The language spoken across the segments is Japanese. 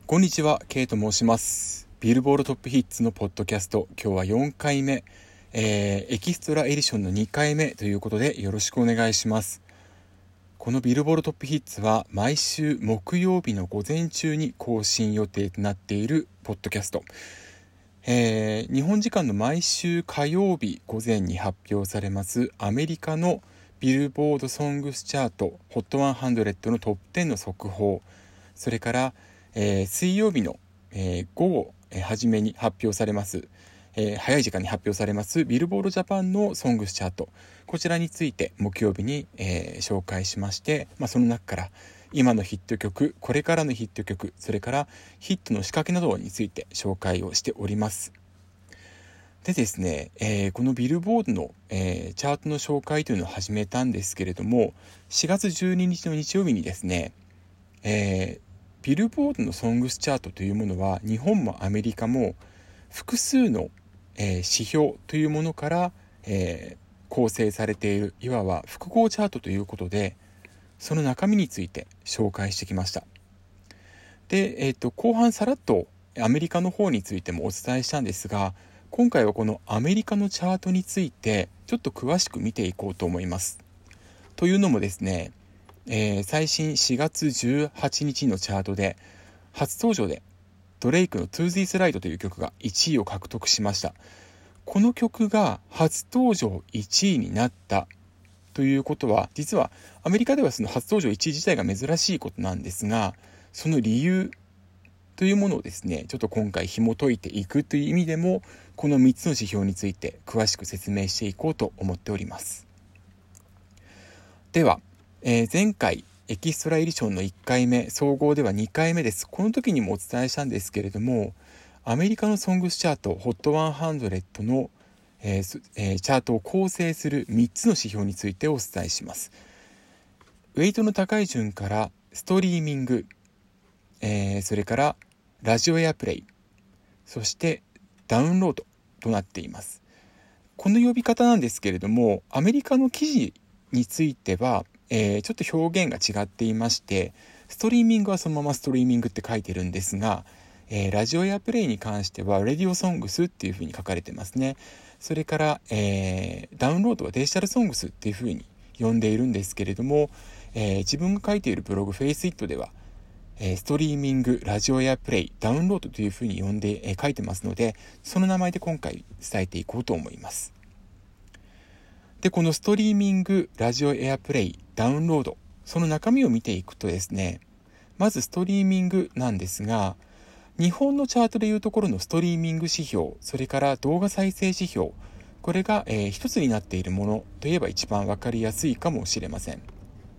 こんにちは、ケイと申します。ビルボードトップヒッツのポッドキャスト、今日は4回目、エキストラエディションの2回目ということでよろしくお願いします。このビルボードトップヒッツは毎週木曜日の午前中に更新予定となっているポッドキャスト。日本時間の毎週火曜日午前に発表されますアメリカのビルボードソングスチャート HOT100 のトップ10の速報、それから水曜日の、午後、初めに発表されます、早い時間に発表されますビルボードジャパンのソングスチャート、こちらについて木曜日に、紹介しまして、その中から今のヒット曲、これからのヒット曲、それからヒットの仕掛けなどについて紹介をしております。でですね、このビルボードの、チャートの紹介というのを始めたんですけれども、4月12日の日曜日にですね、ビルボードのソングスチャートというものは日本もアメリカも複数の、指標というものから、構成されている、いわば複合チャートということで、その中身について紹介してきました。で、後半さらっとアメリカの方についてもお伝えしたんですが、今回はこのアメリカのチャートについてちょっと詳しく見ていこうと思います。というのもですね、最新4月18日のチャートで初登場でドレイクの To This Light という曲が1位を獲得しました。この曲が初登場1位になったということは、実はアメリカではその初登場1位自体が珍しいことなんですが、その理由というものをですね、ちょっと今回紐解いていくという意味でも、この3つの指標について詳しく説明していこうと思っております。では、前回エキストラエディションの1回目、総合では2回目です。この時にもお伝えしたんですけれども、アメリカのソングスチャート HOT100 の、チャートを構成する3つの指標についてお伝えします。ウェイトの高い順からストリーミング、それからラジオエアプレイ、そしてダウンロードとなっています。この呼び方なんですけれども、アメリカの記事については、ちょっと表現が違っていまして、ストリーミングはそのままストリーミングって書いてるんですが、ラジオエアプレイに関してはレディオソングスっていう風に書かれてますね。それから、ダウンロードはデジタルソングスっていう風に呼んでいるんですけれども、自分が書いているブログ Face-It ではストリーミング、ラジオエアプレイ、ダウンロードというふうに呼んで、書いてますので、その名前で今回伝えていこうと思います。で、このストリーミング、ラジオエアプレイ、ダウンロード、その中身を見ていくとですね、まずストリーミングなんですが、日本のチャートでいうところのストリーミング指標、それから動画再生指標、これが、一つになっているものといえば一番わかりやすいかもしれません。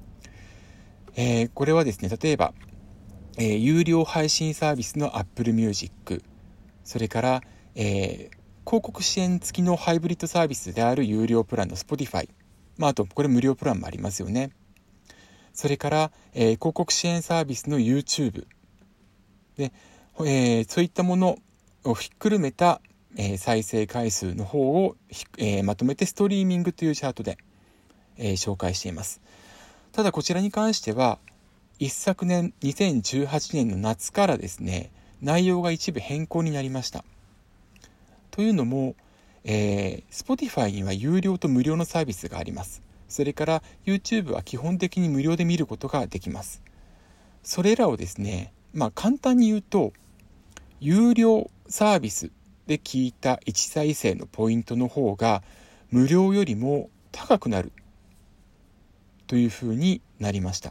これはですね、例えば有料配信サービスの Apple Music、 それから、広告支援付きのハイブリッドサービスである有料プランの Spotify、あとこれ無料プランもありますよね。それから、広告支援サービスの YouTube で、そういったものをひっくるめた、再生回数の方を、まとめてストリーミングというチャートで、紹介しています。ただこちらに関しては一昨年2018年の夏からですね、内容が一部変更になりました。というのも、Spotify には有料と無料のサービスがあります。それから YouTube は基本的に無料で見ることができます。それらをですね、簡単に言うと、有料サービスで聞いた1再生のポイントの方が無料よりも高くなるというふうになりました。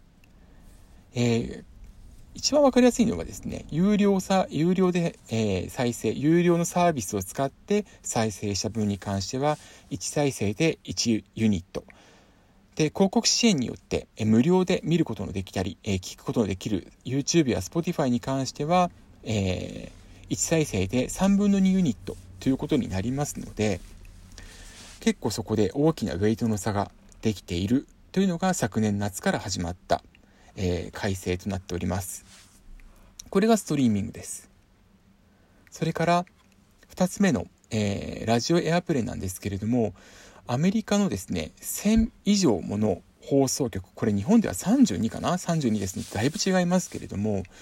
一番わかりやすいのはですね、有料で、再生、有料のサービスを使って再生した分に関しては1再生で1ユニットで、広告支援によって、無料で見ることのできたり、聞くことのできる YouTube や Spotify に関しては、1再生で3分の2ユニットということになりますので、結構そこで大きなウェイトの差ができているというのが昨年夏から始まった改正となっております。これがストリーミングです。それから2つ目の、ラジオエアプレイなんですけれども、アメリカのですね1000以上もの放送局、これ日本では32かな、32ですね、だいぶ違いますけれども、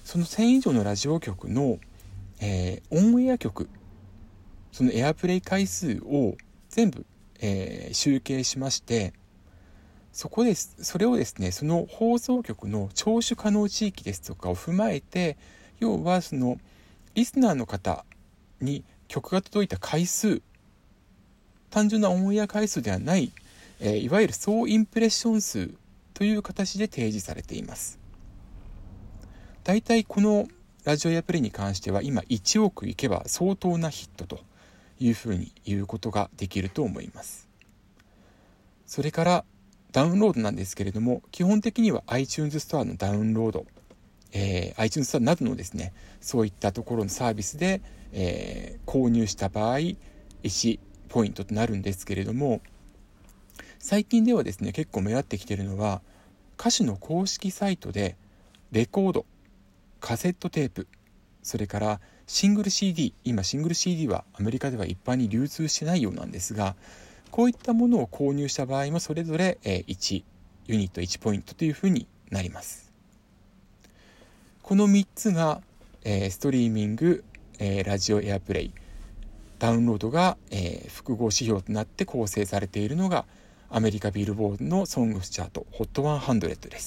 その1000以上のラジオ局の、オンエア局、そのエアプレイ回数を全部、集計しまして、それをですね、その放送局の聴取可能地域ですとかを踏まえて、要はそのリスナーの方に曲が届いた回数、単純なオンエア回数ではない、いわゆる総インプレッション数という形で提示されています。だいたいこのラジオやプレイに関しては今1億いけば相当なヒットというふうに言うことができると思います。それからダウンロードなんですけれども、基本的には iTunes ストアのダウンロード、iTunes ストアなどのですね、そういったところのサービスで、購入した場合1ポイントとなるんですけれども、最近ではですね、結構目立ってきているのは、歌手の公式サイトでレコード、カセットテープ、それからシングル CD、今シングル CD はアメリカでは一般に流通してないようなんですが、こういったものを購入した場合もそれぞれ1ユニット1ポイントというふうになります。この3つがストリーミング、ラジオエアプレイ、ダウンロードが複合指標となって構成されているのがアメリカビルボードのソングスチャート HOT100 です。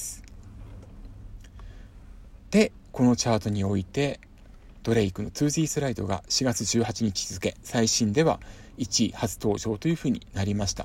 で、このチャートにおいてドレイクの 2Z スライドが4月18日付、最新では1位初登場というふうになりました。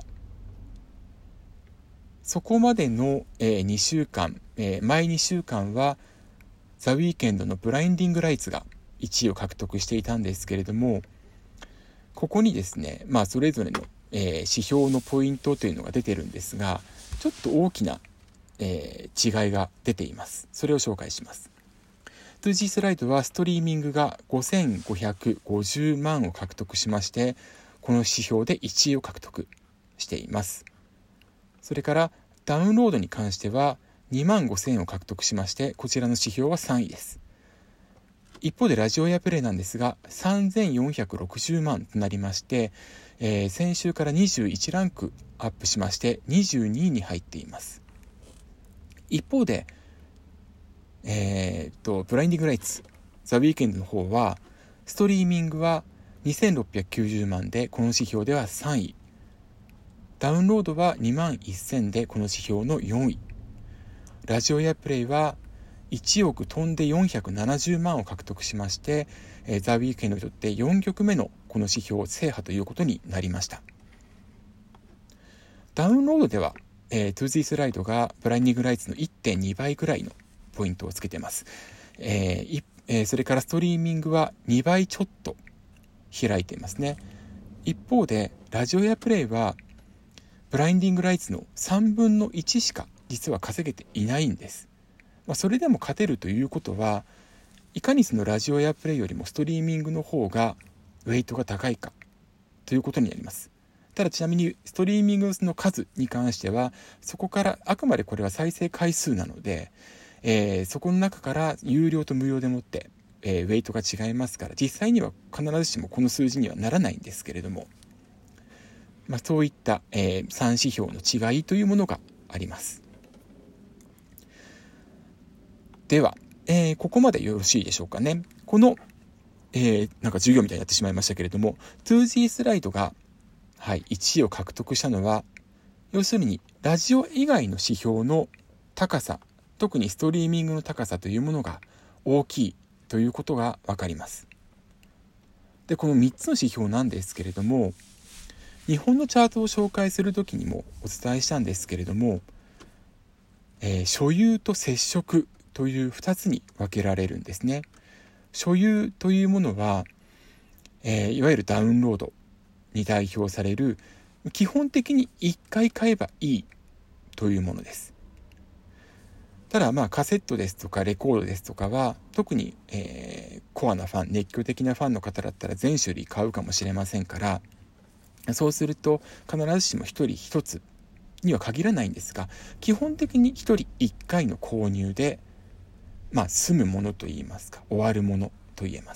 そこまでの2週間、前2週間はザ・ウィーケンドのブラインディング・ライツが1位を獲得していたんですけれども、ここにですね、それぞれの、指標のポイントというのが出てるんですが、ちょっと大きな、違いが出ています。それを紹介します。2G スライドはストリーミングが5550万を獲得しまして、この指標で1位を獲得しています。それからダウンロードに関しては2万5000を獲得しまして、こちらの指標は3位です。一方でラジオやプレイなんですが3460万となりまして、先週から21ランクアップしまして22位に入っています。一方で、ブラインディングライツザ・ウィーケンドの方はストリーミングは2690万でこの指標では3位、ダウンロードは2万1000でこの指標の4位、ラジオやプレイは1億飛んで470万を獲得しまして、ザ・ウィークエンドにとって4曲目のこの指標制覇ということになりました。ダウンロードでは、2Z スライドがブラインディングライツの 1.2 倍ぐらいのポイントをつけてます。それからストリーミングは2倍ちょっと開いていますね。一方でラジオやプレイはブラインディングライツの3分の1しか実は稼げていないんです。それでも勝てるということはいかにそのラジオやプレイよりもストリーミングの方がウェイトが高いかということになります。ただちなみにストリーミングの数に関してはそこからあくまでこれは再生回数なので、そこの中から有料と無料でもって、ウェイトが違いますから、実際には必ずしもこの数字にはならないんですけれども、そういった、3指標の違いというものがあります。では、ここまでよろしいでしょうかね。この、なんか授業みたいになってしまいましたけれども、2G スライドが、1位を獲得したのは、要するにラジオ以外の指標の高さ、特にストリーミングの高さというものが大きいということが分かります。で、この3つの指標なんですけれども、日本のチャートを紹介するときにもお伝えしたんですけれども、所有と接触という2つに分けられるんですね。所有というものは、いわゆるダウンロードに代表される基本的に1回買えばいいというものです。ただカセットですとかレコードですとかは特に、コアなファン、熱狂的なファンの方だったら全種類買うかもしれませんから、そうすると必ずしも一人一つには限らないんですが、基本的に一人一回の購入で済むものといいますか終わるものと言えます。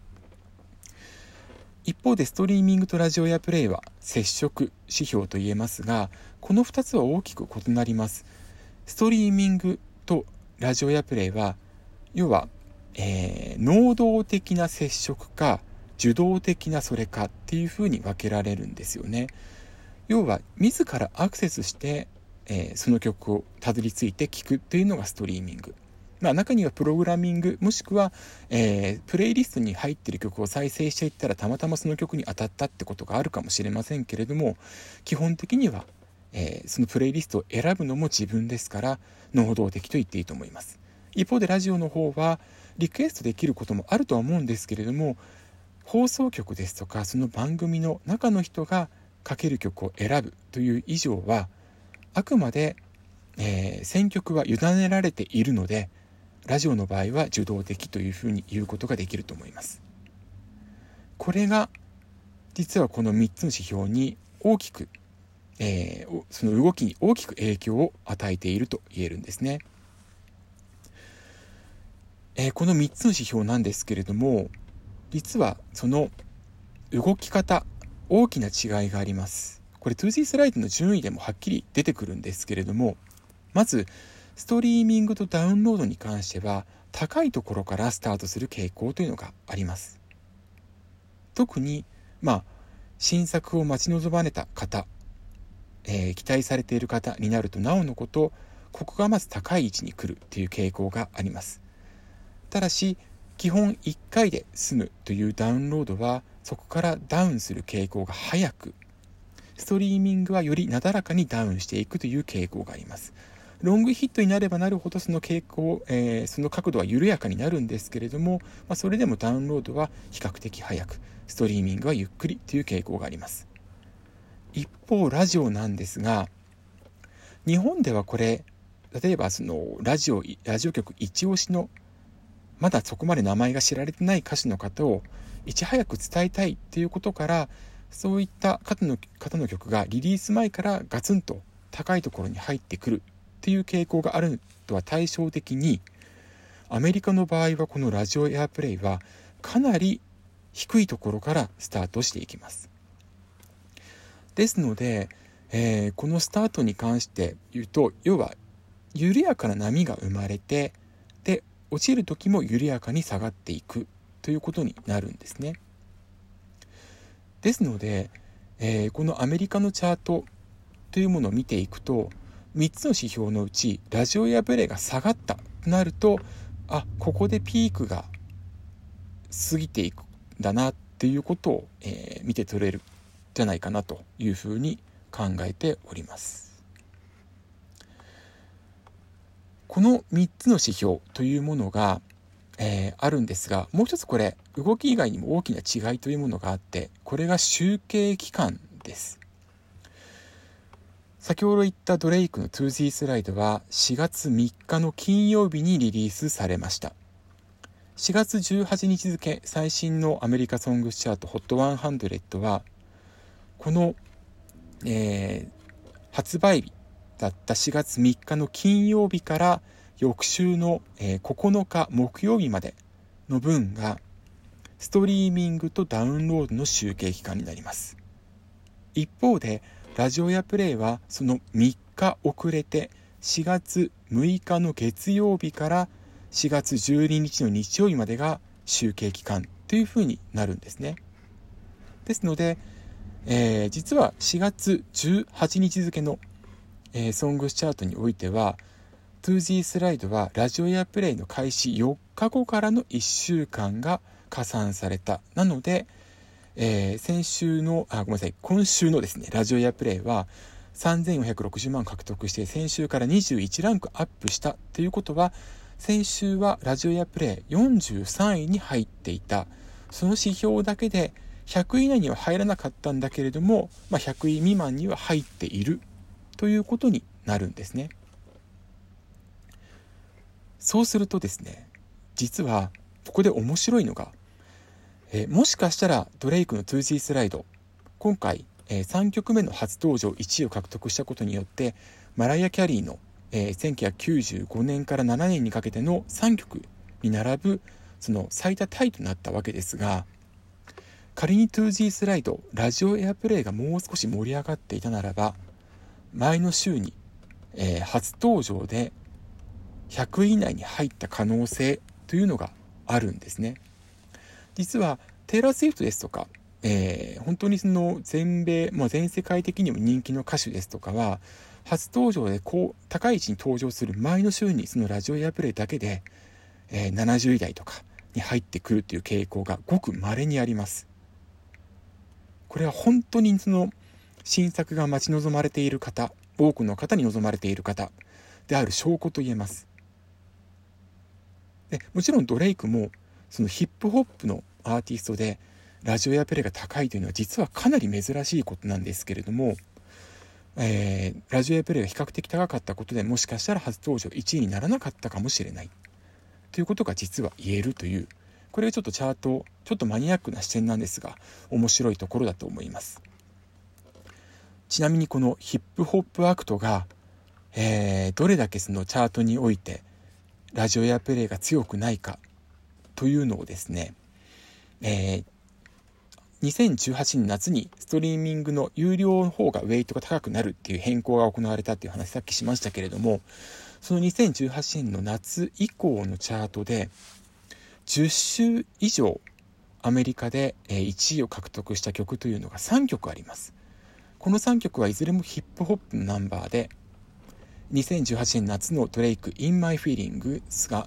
一方でストリーミングとラジオやプレイは接触指標と言えますが、この2つは大きく異なります。ストリーミングとラジオやプレイは要は能動的な接触か受動的なそれかっていうふうに分けられるんですよね。要は自らアクセスして、その曲をたどり着いて聴くっていうのがストリーミング。中にはプログラミングもしくは、プレイリストに入っている曲を再生していったらたまたまその曲に当たったってことがあるかもしれませんけれども、基本的には、そのプレイリストを選ぶのも自分ですから能動的と言っていいと思います。一方でラジオの方はリクエストできることもあるとは思うんですけれども、放送局ですとかその番組の中の人がかける曲を選ぶという以上はあくまで、選曲は委ねられているので、ラジオの場合は受動的というふうに言うことができると思います。これが実はこの3つの指標に大きく、その動きに大きく影響を与えていると言えるんですね。この3つの指標なんですけれども、実はその動き方、大きな違いがあります。これ 2G スライドの順位でもはっきり出てくるんですけれども、まずストリーミングとダウンロードに関しては高いところからスタートする傾向というのがあります。特に新作を待ち望まれた方、期待されている方になるとなおのこと、ここがまず高い位置に来るという傾向があります。ただし基本1回で済むというダウンロードはそこからダウンする傾向が早く、ストリーミングはよりなだらかにダウンしていくという傾向があります。ロングヒットになればなるほどその傾向、その角度は緩やかになるんですけれども、それでもダウンロードは比較的早く、ストリーミングはゆっくりという傾向があります。一方ラジオなんですが、日本ではこれ例えばそのラジオ局一押しのまだそこまで名前が知られてない歌手の方をいち早く伝えたいということから、そういった方の曲がリリース前からガツンと高いところに入ってくるっていう傾向があるとは対照的に、アメリカの場合はこのラジオエアプレイはかなり低いところからスタートしていきます。ですので、このスタートに関して言うと、要は緩やかな波が生まれて、で落ちる時も緩やかに下がっていくということになるんですね。ですので、このアメリカのチャートというものを見ていくと、3つの指標のうちラジオやブレが下がったとなると、ここでピークが過ぎていくんだなっていうことを、見て取れるんじゃないかなというふうに考えております。この3つの指標というものが、あるんですが、もう一つこれ動き以外にも大きな違いというものがあって、これが集計期間です。先ほど言ったドレイクの 2G スライドは4月3日の金曜日にリリースされました。4月18日付最新のアメリカソングチャート HOT100 はこの、発売日だった4月3日の金曜日から翌週の9日木曜日までの分がストリーミングとダウンロードの集計期間になります。一方でラジオやプレイはその3日遅れて4月6日の月曜日から4月12日の日曜日までが集計期間というふうになるんですね。ですので、実は4月18日付の、ソングスチャートにおいては 2G スライドはラジオやプレイの開始4日後からの1週間が加算された。なので今週のですね、ラジオやプレイは3460万獲得して先週から21ランクアップしたということは、先週はラジオやプレイ43位に入っていた。その指標だけで100位以内には入らなかったんだけれども、100位未満には入っているということになるんですね。そうするとですね、実はここで面白いのが、もしかしたらドレイクの 2G スライド、今回、3曲目の初登場1位を獲得したことによってマライア・キャリーの、1995年から7年にかけての3曲に並ぶその最多タイとなったわけですが、仮に 2G スライド、ラジオエアプレイがもう少し盛り上がっていたならば、前の週に、初登場で100位以内に入った可能性というのがあるんですね。実はテイラー・スウィフトですとか、本当にその全米、全世界的にも人気の歌手ですとかは、初登場で高い位置に登場する前の週にそのラジオエアプレイだけで、70位台とかに入ってくるという傾向がごく稀にあります。これは本当にその新作が待ち望まれている方、多くの方に望まれている方である証拠と言えます。でもちろんドレイクもそのヒップホップのアーティストでラジオエアプレイが高いというのは実はかなり珍しいことなんですけれども、ラジオエアプレイが比較的高かったことでもしかしたら初登場1位にならなかったかもしれないということが実は言えるという、これはちょっとチャートちょっとマニアックな視点なんですが面白いところだと思います。ちなみにこのヒップホップアクトが、どれだけそのチャートにおいてラジオエアプレイが強くないかというのをですね、2018年夏にストリーミングの有料の方がウェイトが高くなるっていう変更が行われたっていう話さっきしましたけれども、その2018年の夏以降のチャートで10週以上アメリカで1位を獲得した曲というのが3曲あります。この3曲はいずれもヒップホップのナンバーで、2018年夏のドレイク In My Feelings が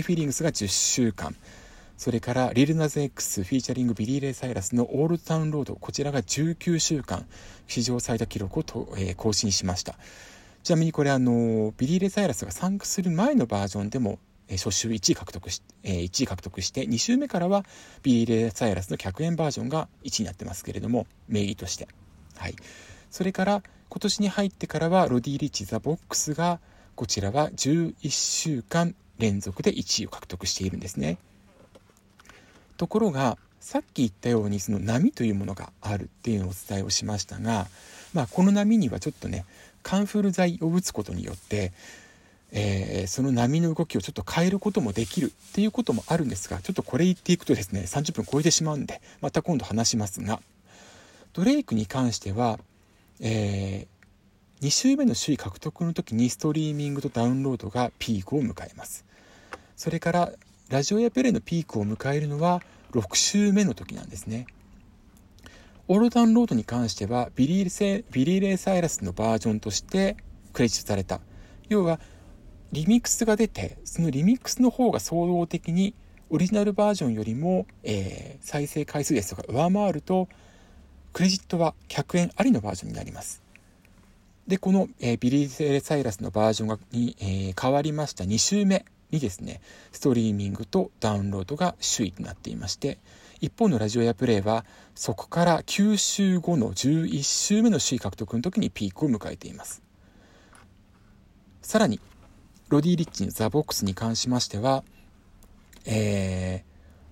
10週間、それからリルナズ X フィーチャリングビリー・レイ・サイラスのオールタウンロード、こちらが19週間史上最多記録を更新しました。ちなみにこれビリー・レイ・サイラスが参加する前のバージョンでも初週1位獲得して2週目からはビリー・レイ・サイラスの100円バージョンが1位になってますけれども、名義として、はい、それから今年に入ってからはロディ・リッチ・ザ・ボックスがこちらは11週間連続で1位を獲得しているんですね。ところがさっき言ったようにその波というものがあるっていうのをお伝えをしましたが、この波にはちょっとねカンフル剤を打つことによって、その波の動きをちょっと変えることもできるっていうこともあるんですが、ちょっとこれ言っていくとですね30分超えてしまうんでまた今度話しますが、ドレイクに関しては、2週目の首位獲得の時にストリーミングとダウンロードがピークを迎えます。それからラジオやプレイのピークを迎えるのは6週目の時なんですね。オールダウンロードに関してはビリー・レイ・サイラスのバージョンとしてクレジットされた。要はリミックスが出て、そのリミックスの方が総合的にオリジナルバージョンよりも、再生回数ですとか上回るとクレジットは100円ありのバージョンになります。でこの、ビリー・レイ・サイラスのバージョンに、変わりました2週目にですねストリーミングとダウンロードが首位となっていまして、一方のラジオやプレイはそこから9週後の11週目の首位獲得の時にピークを迎えています。さらにロディ・リッチのザ・ボックスに関しましては、11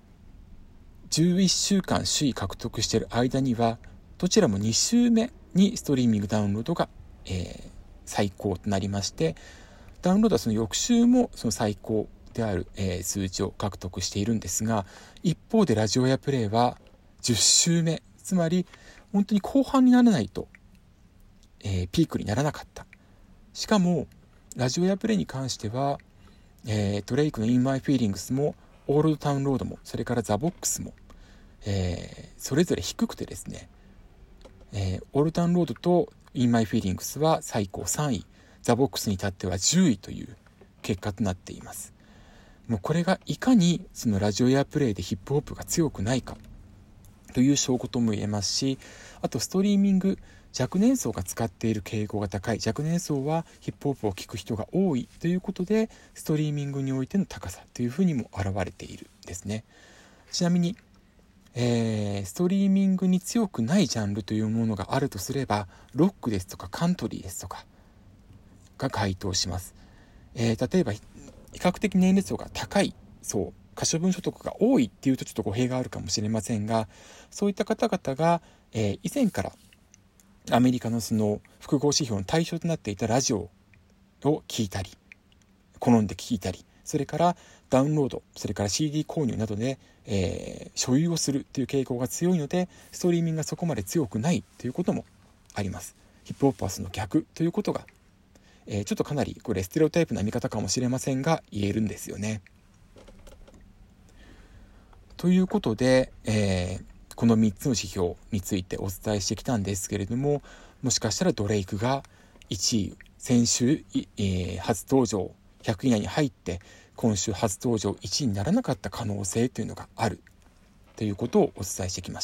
週間首位獲得している間にはどちらも2週目にストリーミングダウンロードが、最高となりまして、ダウンロードはその翌週もその最高である、数値を獲得しているんですが、一方でラジオやプレイは10週目、つまり本当に後半にならないと、ピークにならなかった。しかもラジオやプレイに関しては、ドレイクの In My Feelings もオールドタウンロードもそれからザボックスも、それぞれ低くてですね、オールダウンロードと In My Feelings は最高3位、ザボックスに至っては10位という結果となっています。もうこれがいかにそのラジオやプレイでヒップホップが強くないかという証拠とも言えますし、あとストリーミング、若年層が使っている傾向が高い、若年層はヒップホップを聴く人が多いということでストリーミングにおいての高さというふうにも現れているんですね。ちなみにストリーミングに強くないジャンルというものがあるとすればロックですとかカントリーですとかが該当します。例えば比較的年齢層が高い層、可処分所得が多いっていうとちょっと語弊があるかもしれませんが、そういった方々が、以前からアメリカのその複合指標の対象となっていたラジオを聴いたり好んで聴いたり、それからダウンロード、それから CD 購入などで、所有をするという傾向が強いのでストリーミングがそこまで強くないということもあります。ヒップホップはその逆ということが、ちょっとかなりこれステレオタイプな見方かもしれませんが言えるんですよね。 ということで、この3つの指標についてお伝えしてきたんですけれども、もしかしたらドレイクが1位、先週、初登場100位以内に入って今週初登場1位にならなかった可能性というのがあるということをお伝えしてきました。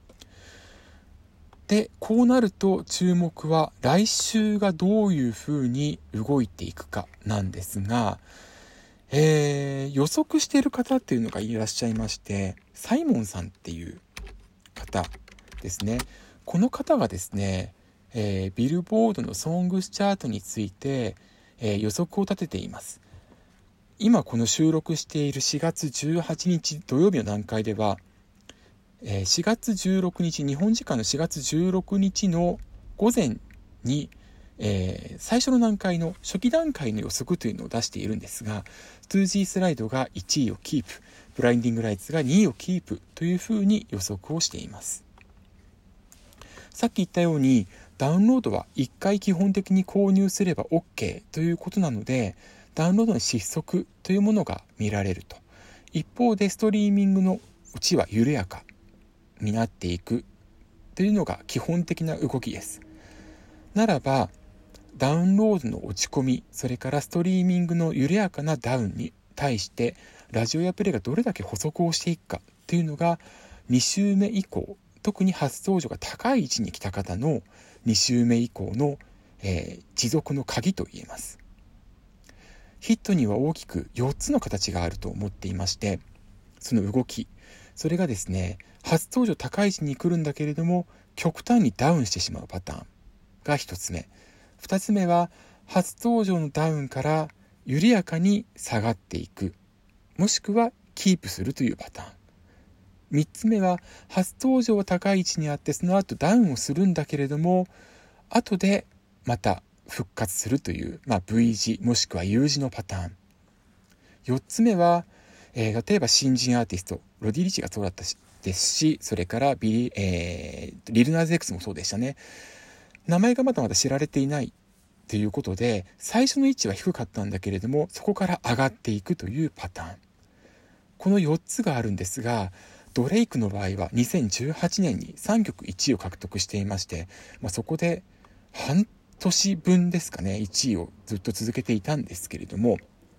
で、こうなると注目は来週がどういうふうに動いていくかなんですが、予測している方っていうのがいらっしゃいまして、サイモンさんっていう方ですね。この方がですね、ビルボードのソングスチャートについて、予測を立てています。今この収録している4月18日土曜日の段階では、4月16日日本時間の4月16日の午前に、最初の段階の初期段階の予測というのを出しているんですが、 2G スライドが1位をキープ、ブラインディングライツが2位をキープというふうに予測をしています。さっき言ったようにダウンロードは1回基本的に購入すれば OK ということなので、ダウンロードの失速というものが見られると。一方でストリーミングのうちは緩やかになっていくというのが基本的な動きです。ならばダウンロードの落ち込み、それからストリーミングの緩やかなダウンに対してラジオやプレイがどれだけ補足をしていくかというのが2週目以降、特に初登場が高い位置に来た方の2週目以降の、持続の鍵と言えます。ヒットには大きく4つの形があると思っていまして、その動き、それがですね、初登場高い位置に来るんだけれども極端にダウンしてしまうパターンが1つ目。2つ目は初登場のダウンから緩やかに下がっていく、もしくはキープするというパターン。3つ目は初登場は高い位置にあってその後ダウンをするんだけれども後でまた復活するという、V 字もしくは U 字のパターン。4つ目は、例えば新人アーティストロディ・リチがそうだったですし、それからリルナーズ X もそうでしたね。名前がまだ知られていないということで最初の位置は低かったんだけれどもそこから上がっていくというパターン。この4つがあるんですが、ドレイクの場合は2018年に3曲1位を獲得していまして、そこで半年分ですかね、1位をずっと続けていたんですけれども、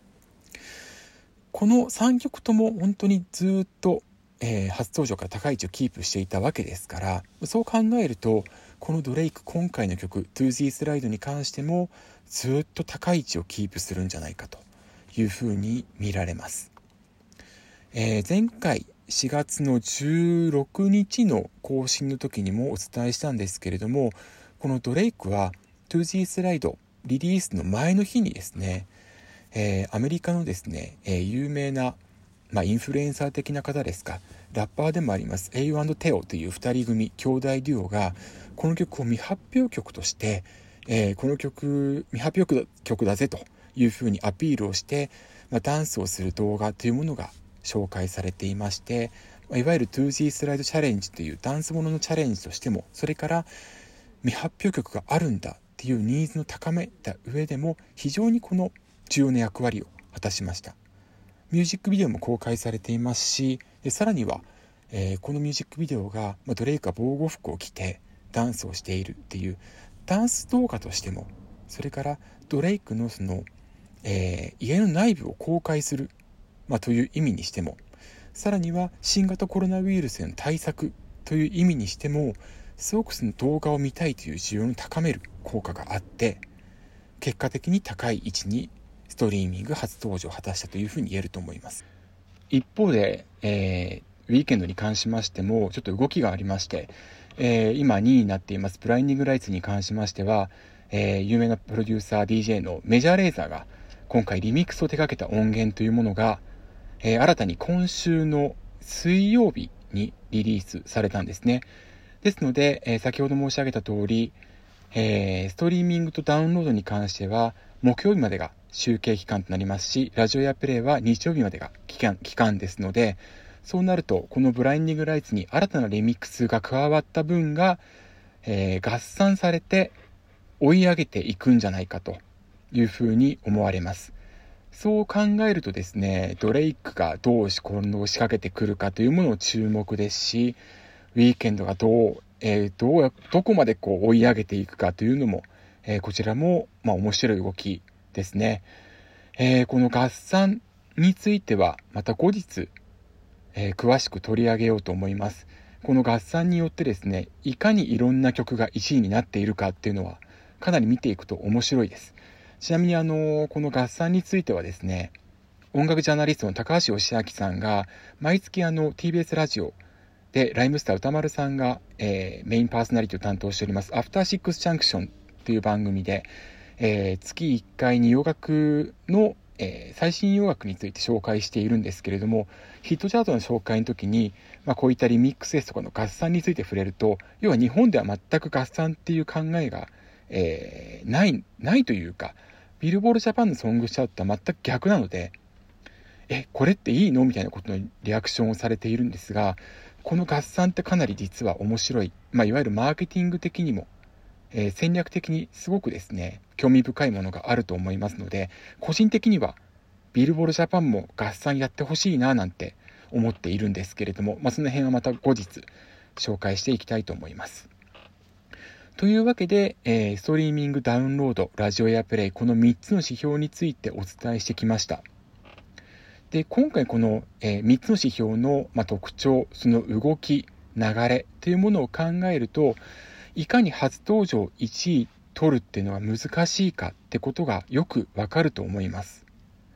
この3曲とも本当にずっと、初登場から高い位置をキープしていたわけですから、そう考えるとこのドレイク今回の曲 2Z スライドに関してもずっと高い位置をキープするんじゃないかというふうに見られます。前回4月の16日の更新の時にもお伝えしたんですけれども、このドレイクは 2G スライドリリースの前の日にですね、アメリカのですね、有名な、インフルエンサー的な方ですか、ラッパーでもありますエイワン&テオという2人組兄弟デュオがこの曲を未発表曲として、この曲未発表曲だぜというふうにアピールをして、ダンスをする動画というものが紹介されていまして、いわゆる 2G スライドチャレンジというダンスもののチャレンジとしても、それから未発表曲があるんだっていうニーズの高めた上でも非常にこの重要な役割を果たしました。ミュージックビデオも公開されていますし、さらには、このミュージックビデオが、ドレイクが防護服を着てダンスをしているっていうダンス動画としても、それからドレイクのその、家の内部を公開する、という意味にしても、さらには新型コロナウイルスへの対策という意味にしても、すごくその動画を見たいという需要を高める効果があって、結果的に高い位置にストリーミング初登場を果たしたというふうに言えると思います。一方で、ウィーケンドに関しましてもちょっと動きがありまして、今2位になっていますブラインディングライツに関しましては、有名なプロデューサー DJ のメジャーレーザーが今回リミックスを手掛けた音源というものが、新たに今週の水曜日にリリースされたんですね。ですので、先ほど申し上げた通り、ストリーミングとダウンロードに関しては木曜日までが集計期間となりますし、ラジオやプレイは日曜日までが期間ですので、そうなるとこのブラインディングライツに新たなリミックスが加わった分が、合算されて追い上げていくんじゃないかというふうに思われます。 そう考えるとですね、ドレイクがどう今後仕掛けてくるかというものを注目ですし、ウィーケンドがどこまで追い上げていくかというのも、こちらも面白い動きですね。この合算についてはまた後日、詳しく取り上げようと思います。この合算によってですね、いかにいろんな曲が1位になっているかっていうのはかなり見ていくと面白いです。ちなみにこの合算についてはですね、音楽ジャーナリストの高橋義明さんが毎月TBS ラジオでライムスター歌丸さんが、メインパーソナリティを担当しておりますアフターシックスジャンクションという番組で、月1回に洋楽の、最新洋楽について紹介しているんですけれども、ヒットチャートの紹介の時に、こういったリミックスですとかの合算について触れると、要は日本では全く合算っていう考えが、ないというか、ビルボードジャパンのソングチャートとは全く逆なので、これっていいのみたいなことのリアクションをされているんですが、この合算ってかなり実は面白い、いわゆるマーケティング的にも、戦略的にすごくですね、興味深いものがあると思いますので、個人的にはビルボードジャパンも合算やってほしいななんて思っているんですけれども、その辺はまた後日紹介していきたいと思います。というわけで、ストリーミングダウンロード、ラジオやプレイ、この3つの指標についてお伝えしてきました。で、今回この、3つの指標の、特徴、その動き、流れというものを考えると、いかに初登場1位取るっていうのは難しいかってことがよくわかると思います。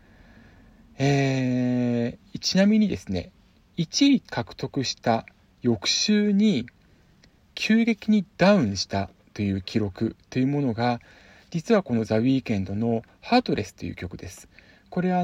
ちなみにですね、1位獲得した翌週に急激にダウンしたという記録というものが、実はこのザ・ウィーケンドのハートレスという曲です。これ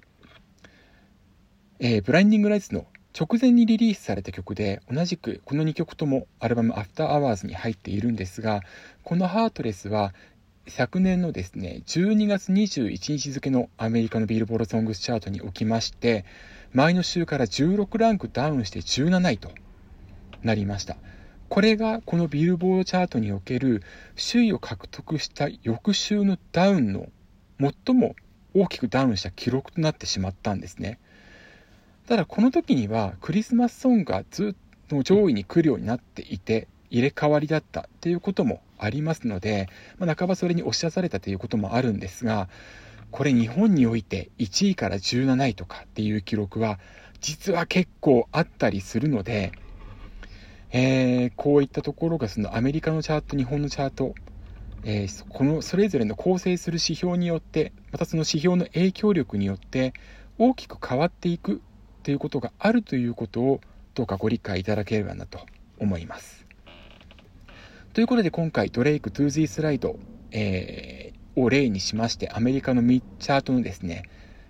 ブラインディングライツの直前にリリースされた曲で、同じくこの2曲ともアルバムアフターアワーズに入っているんですが、このハートレスは昨年のですね12月21日付のアメリカのビルボードソングスチャートにおきまして、前の週から16ランクダウンして17位となりました。これがこのビルボードチャートにおける首位を獲得した翌週のダウンの最も大きくダウンした記録となってしまったんですね。ただこの時にはクリスマスソングがずっと上位に来るようになっていて、入れ替わりだったということもありますので、半ばそれに押し出されたということもあるんですが、これ日本において1位から17位とかっていう記録は実は結構あったりするので、こういったところがそのアメリカのチャート、日本のチャート、このそれぞれの構成する指標によって、またその指標の影響力によって大きく変わっていくということがあるということをどうかご理解いただければなと思います。ということで今回ドレイク To The Slide、を例にしまして、アメリカのチャートのですね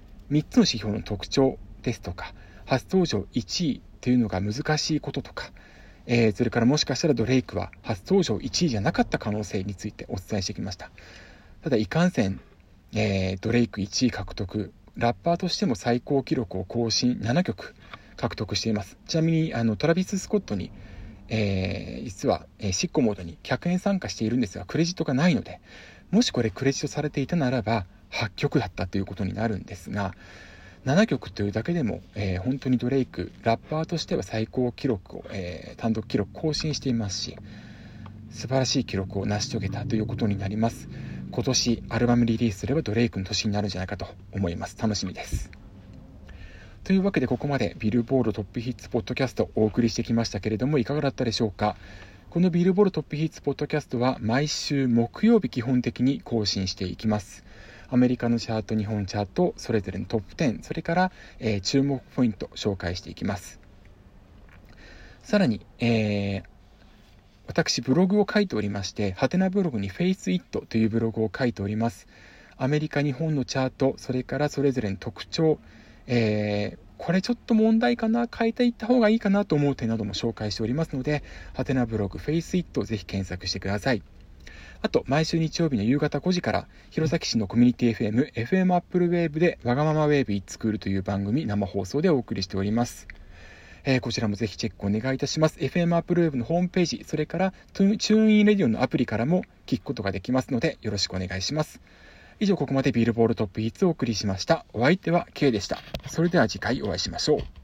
3つの指標の特徴ですとか、初登場1位というのが難しいこととか、それからもしかしたらドレイクは初登場1位じゃなかった可能性についてお伝えしてきました。ただいかんせん、ドレイク1位獲得、ラッパーとしても最高記録を更新7曲獲得しています。ちなみにトラビス・スコットに、実は、シッコモードに100円参加しているんですが、クレジットがないので、もしこれクレジットされていたならば8曲だったということになるんですが、7曲というだけでも、本当にドレイクラッパーとしては最高記録を、単独記録更新していますし、素晴らしい記録を成し遂げたということになります。今年アルバムリリースすればドレイクの年になるんじゃないかと思います。楽しみです。というわけでここまでビルボードトップヒッツポッドキャストをお送りしてきましたけれども、いかがだったでしょうか。このビルボードトップヒッツポッドキャストは毎週木曜日基本的に更新していきます。アメリカのチャート、日本チャート、それぞれのトップ10、それから、注目ポイント紹介していきます。さらに、私ブログを書いておりまして、ハテナブログに Face It というブログを書いております。アメリカ、日本のチャート、それからそれぞれの特徴、これちょっと問題かな、変えていった方がいいかなと思う点なども紹介しておりますので、ハテナブログ Face It をぜひ検索してください。あと毎週日曜日の夕方5時から弘前市のコミュニティ FM アップルウェーブでわがままウェーブイッツクールという番組生放送でお送りしております。こちらもぜひチェックお願いいたします。 FM アップルウェーブのホームページ、それからチューンインレディオのアプリからも聞くことができますのでよろしくお願いします。 以上、ここまでビルボールトップヒッツをお送りしました。お相手は K でした。それでは次回お会いしましょう。